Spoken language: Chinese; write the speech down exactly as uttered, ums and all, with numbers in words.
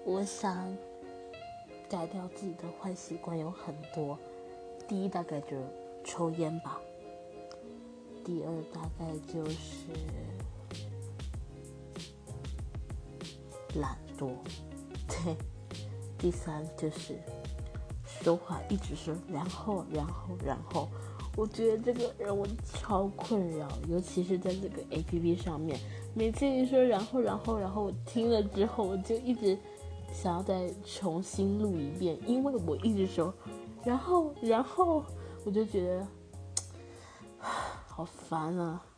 我想改掉自己的坏习惯有很多，第一大概就是抽烟吧，第二大概就是懒惰，对，第三就是说话一直说然后然后然后，我觉得这个让我超困扰，尤其是在这个 A P P 上面，每次一说然后然后然后，我听了之后我就一直想要再重新录一遍，因为我一直说然后然后，我就觉得好烦啊。